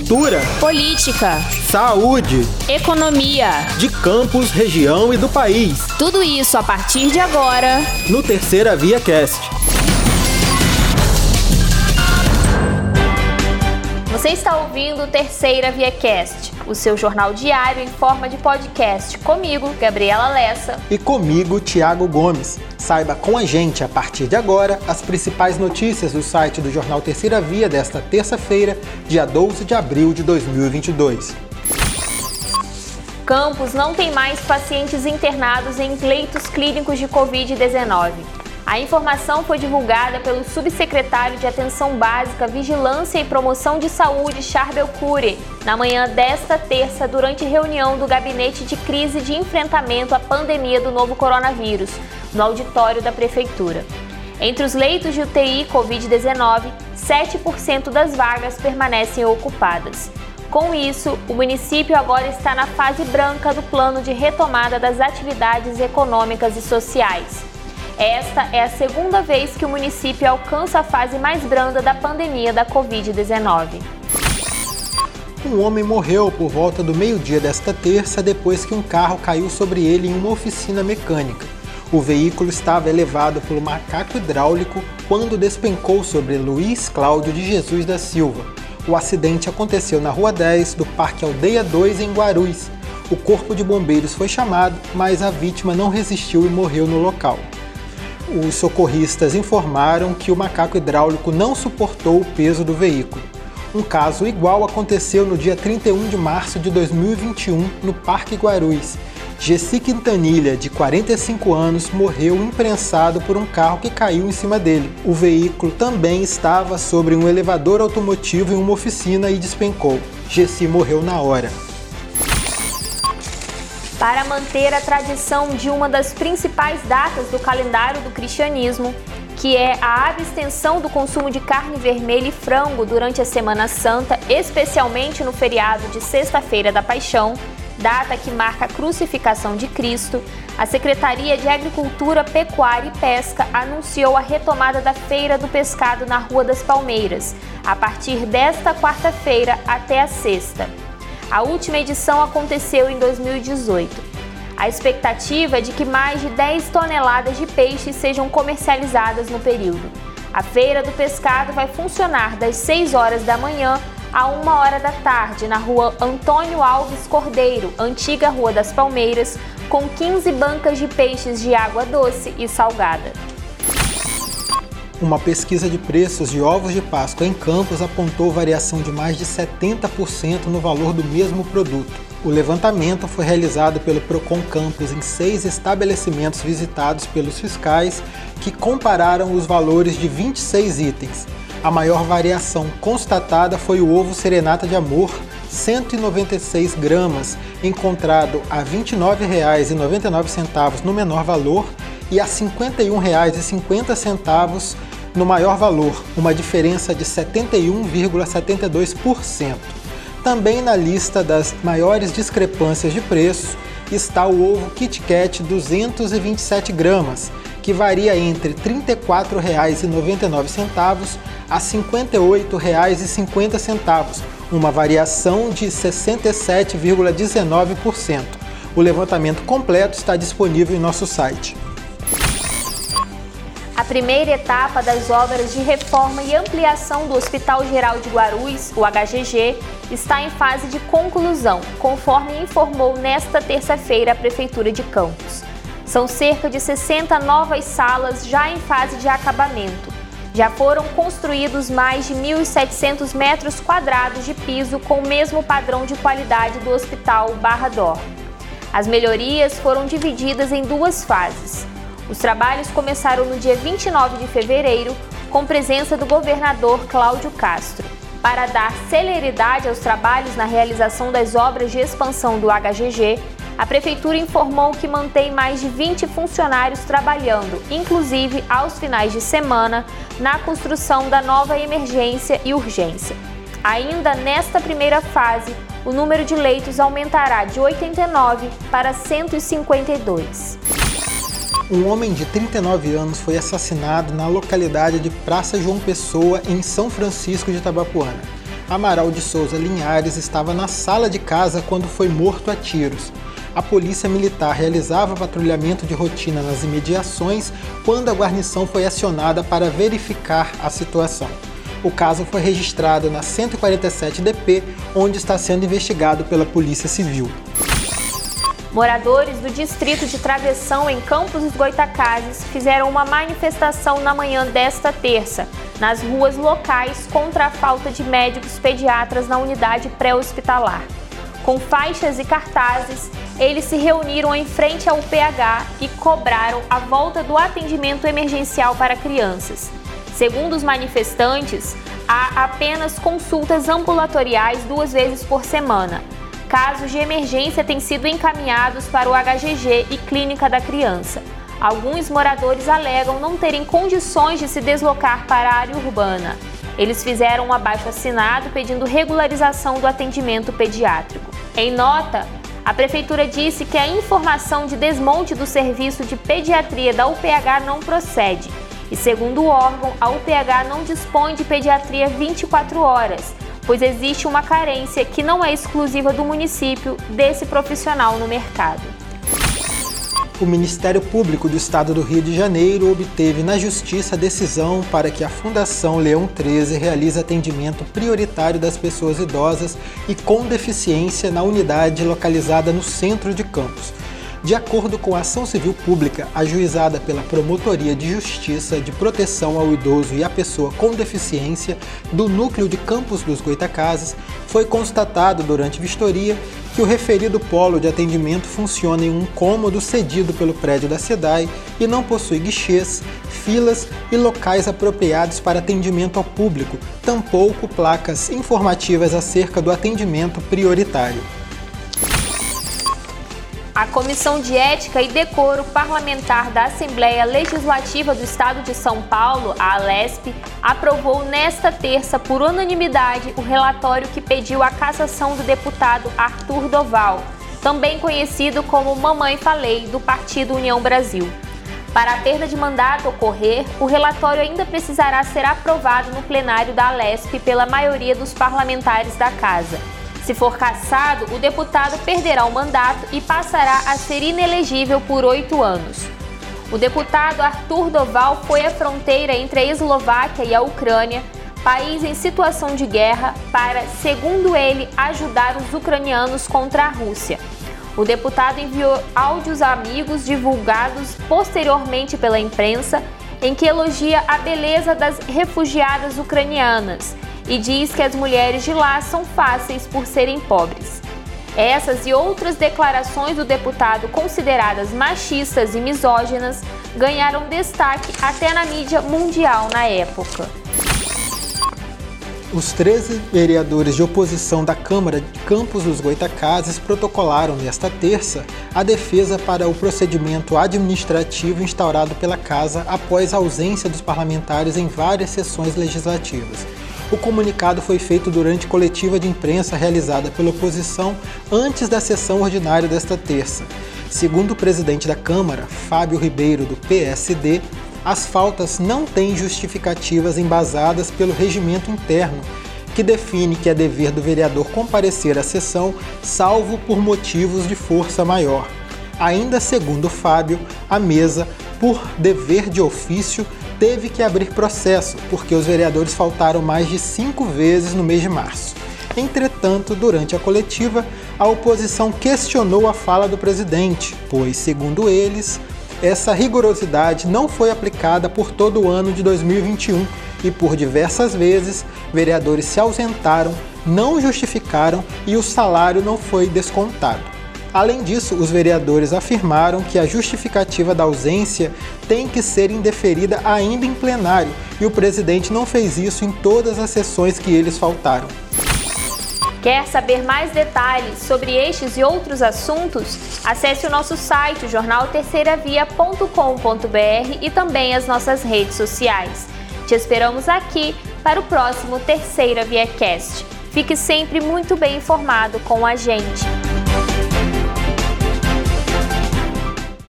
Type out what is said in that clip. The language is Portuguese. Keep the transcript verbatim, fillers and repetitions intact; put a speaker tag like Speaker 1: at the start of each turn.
Speaker 1: cultura,
Speaker 2: política,
Speaker 1: saúde,
Speaker 2: economia,
Speaker 1: de Campos, região e do país.
Speaker 2: Tudo isso a partir de agora
Speaker 1: no Terceira Via Cast.
Speaker 2: Você está ouvindo o Terceira Via Cast, o seu jornal diário em forma de podcast, comigo, Gabriela Lessa.
Speaker 1: E comigo, Tiago Gomes. Saiba com a gente, a partir de agora, as principais notícias do site do jornal Terceira Via desta terça-feira, dia doze de abril de dois mil e vinte e dois.
Speaker 2: Campos não tem mais pacientes internados em leitos clínicos de covid dezenove. A informação foi divulgada pelo subsecretário de Atenção Básica, Vigilância e Promoção de Saúde, Charbel Cury, na manhã desta terça, durante reunião do Gabinete de Crise de Enfrentamento à Pandemia do Novo Coronavírus, no auditório da Prefeitura. Entre os leitos de U T I covid dezenove, sete por cento das vagas permanecem ocupadas. Com isso, o município agora está na fase branca do plano de retomada das atividades econômicas e sociais. Esta é a segunda vez que o município alcança a fase mais branda da pandemia da covid dezenove.
Speaker 1: Um homem morreu por volta do meio-dia desta terça depois que um carro caiu sobre ele em uma oficina mecânica. O veículo estava elevado pelo macaco hidráulico quando despencou sobre Luiz Cláudio de Jesus da Silva. O acidente aconteceu na Rua dez do Parque Aldeia dois, em Guarulhos. O corpo de bombeiros foi chamado, mas a vítima não resistiu e morreu no local. Os socorristas informaram que o macaco hidráulico não suportou o peso do veículo. Um caso igual aconteceu no dia trinta e um de março de dois mil e vinte e um, no Parque Guarulhos. Gessi Quintanilha, de quarenta e cinco anos, morreu imprensado por um carro que caiu em cima dele. O veículo também estava sobre um elevador automotivo em uma oficina e despencou. Gessi morreu na hora.
Speaker 2: Para manter a tradição de uma das principais datas do calendário do cristianismo, que é a abstenção do consumo de carne vermelha e frango durante a Semana Santa, especialmente no feriado de Sexta-feira da Paixão, data que marca a crucificação de Cristo, a Secretaria de Agricultura, Pecuária e Pesca anunciou a retomada da Feira do Pescado na Rua das Palmeiras, a partir desta quarta-feira até a sexta. A última edição aconteceu em dois mil e dezoito. A expectativa é de que mais de dez toneladas de peixes sejam comercializadas no período. A Feira do Pescado vai funcionar das seis horas da manhã a uma hora da tarde na Rua Antônio Alves Cordeiro, antiga Rua das Palmeiras, com quinze bancas de peixes de água doce e salgada.
Speaker 1: Uma pesquisa de preços de ovos de Páscoa em Campos apontou variação de mais de setenta por cento no valor do mesmo produto. O levantamento foi realizado pelo Procon Campos em seis estabelecimentos visitados pelos fiscais, que compararam os valores de vinte e seis itens. A maior variação constatada foi o ovo Serenata de Amor, cento e noventa e seis gramas, encontrado a vinte e nove reais e noventa e nove centavos no menor valor e a cinquenta e um reais e cinquenta centavos no maior valor, uma diferença de setenta e um vírgula setenta e dois por cento. Também na lista das maiores discrepâncias de preço está o ovo Kit Kat duzentos e vinte e sete gramas, que varia entre trinta e quatro reais e noventa e nove centavos a cinquenta e oito reais e cinquenta centavos, uma variação de sessenta e sete vírgula dezenove por cento. O levantamento completo está disponível em nosso site.
Speaker 2: A primeira etapa das obras de reforma e ampliação do Hospital Geral de Guarulhos, o H G G, está em fase de conclusão, conforme informou nesta terça-feira a Prefeitura de Campos. São cerca de sessenta novas salas já em fase de acabamento. Já foram construídos mais de mil e setecentos metros quadrados de piso com o mesmo padrão de qualidade do Hospital Barra d'Or. As melhorias foram divididas em duas fases. Os trabalhos começaram no dia vinte e nove de fevereiro, com presença do governador Cláudio Castro. Para dar celeridade aos trabalhos na realização das obras de expansão do H G G, a Prefeitura informou que mantém mais de vinte funcionários trabalhando, inclusive aos finais de semana, na construção da nova emergência e urgência. Ainda nesta primeira fase, o número de leitos aumentará de oitenta e nove para cento e cinquenta e dois.
Speaker 1: Um homem de trinta e nove anos foi assassinado na localidade de Praça João Pessoa, em São Francisco de Itabapuana. Amaral de Souza Linhares estava na sala de casa quando foi morto a tiros. A polícia militar realizava patrulhamento de rotina nas imediações quando a guarnição foi acionada para verificar a situação. O caso foi registrado na cento e quarenta e sete D P, onde está sendo investigado pela Polícia Civil.
Speaker 2: Moradores do distrito de Travessão, em Campos dos Goytacazes, fizeram uma manifestação na manhã desta terça, nas ruas locais, contra a falta de médicos pediatras na unidade pré-hospitalar. Com faixas e cartazes, eles se reuniram em frente ao U P H e cobraram a volta do atendimento emergencial para crianças. Segundo os manifestantes, há apenas consultas ambulatoriais duas vezes por semana. Casos de emergência têm sido encaminhados para o H G G e Clínica da Criança. Alguns moradores alegam não terem condições de se deslocar para a área urbana. Eles fizeram um abaixo-assinado pedindo regularização do atendimento pediátrico. Em nota, a Prefeitura disse que a informação de desmonte do serviço de pediatria da U P H não procede. E, segundo o órgão, a U P H não dispõe de pediatria vinte e quatro horas, pois existe uma carência que não é exclusiva do município desse profissional no mercado.
Speaker 1: O Ministério Público do Estado do Rio de Janeiro obteve na Justiça a decisão para que a Fundação Leão treze realize atendimento prioritário das pessoas idosas e com deficiência na unidade localizada no centro de Campos. De acordo com a ação civil pública ajuizada pela Promotoria de Justiça de Proteção ao Idoso e à Pessoa com Deficiência do Núcleo de Campos dos Goytacazes, foi constatado durante vistoria que o referido polo de atendimento funciona em um cômodo cedido pelo prédio da SEDAI e não possui guichês, filas e locais apropriados para atendimento ao público, tampouco placas informativas acerca do atendimento prioritário.
Speaker 2: A Comissão de Ética e Decoro Parlamentar da Assembleia Legislativa do Estado de São Paulo, a ALESP, aprovou nesta terça, por unanimidade, o relatório que pediu a cassação do deputado Arthur Doval, também conhecido como Mamãe Falei, do Partido União Brasil. Para a perda de mandato ocorrer, o relatório ainda precisará ser aprovado no plenário da ALESP pela maioria dos parlamentares da Casa. Se for cassado, o deputado perderá o mandato e passará a ser inelegível por oito anos. O deputado Arthur Doval foi à fronteira entre a Eslováquia e a Ucrânia, país em situação de guerra, para, segundo ele, ajudar os ucranianos contra a Rússia. O deputado enviou áudios a amigos divulgados posteriormente pela imprensa, em que elogia a beleza das refugiadas ucranianas e diz que as mulheres de lá são fáceis por serem pobres. Essas e outras declarações do deputado, consideradas machistas e misóginas, ganharam destaque até na mídia mundial na época.
Speaker 1: Os treze vereadores de oposição da Câmara de Campos dos Goytacazes protocolaram nesta terça a defesa para o procedimento administrativo instaurado pela Casa após a ausência dos parlamentares em várias sessões legislativas. O comunicado foi feito durante coletiva de imprensa realizada pela oposição antes da sessão ordinária desta terça. Segundo o presidente da Câmara, Fábio Ribeiro, do P S D, as faltas não têm justificativas embasadas pelo regimento interno, que define que é dever do vereador comparecer à sessão, salvo por motivos de força maior. Ainda segundo Fábio, a mesa, por dever de ofício, teve que abrir processo, porque os vereadores faltaram mais de cinco vezes no mês de março. Entretanto, durante a coletiva, a oposição questionou a fala do presidente, pois, segundo eles, essa rigorosidade não foi aplicada por todo o ano de dois mil e vinte e um e, por diversas vezes, vereadores se ausentaram, não justificaram e o salário não foi descontado. Além disso, os vereadores afirmaram que a justificativa da ausência tem que ser indeferida ainda em plenário e o presidente não fez isso em todas as sessões que eles faltaram.
Speaker 2: Quer saber mais detalhes sobre estes e outros assuntos? Acesse o nosso site, jornal terceira via ponto com ponto br, e também as nossas redes sociais. Te esperamos aqui para o próximo Terceira Via Cast. Fique sempre muito bem informado com a gente.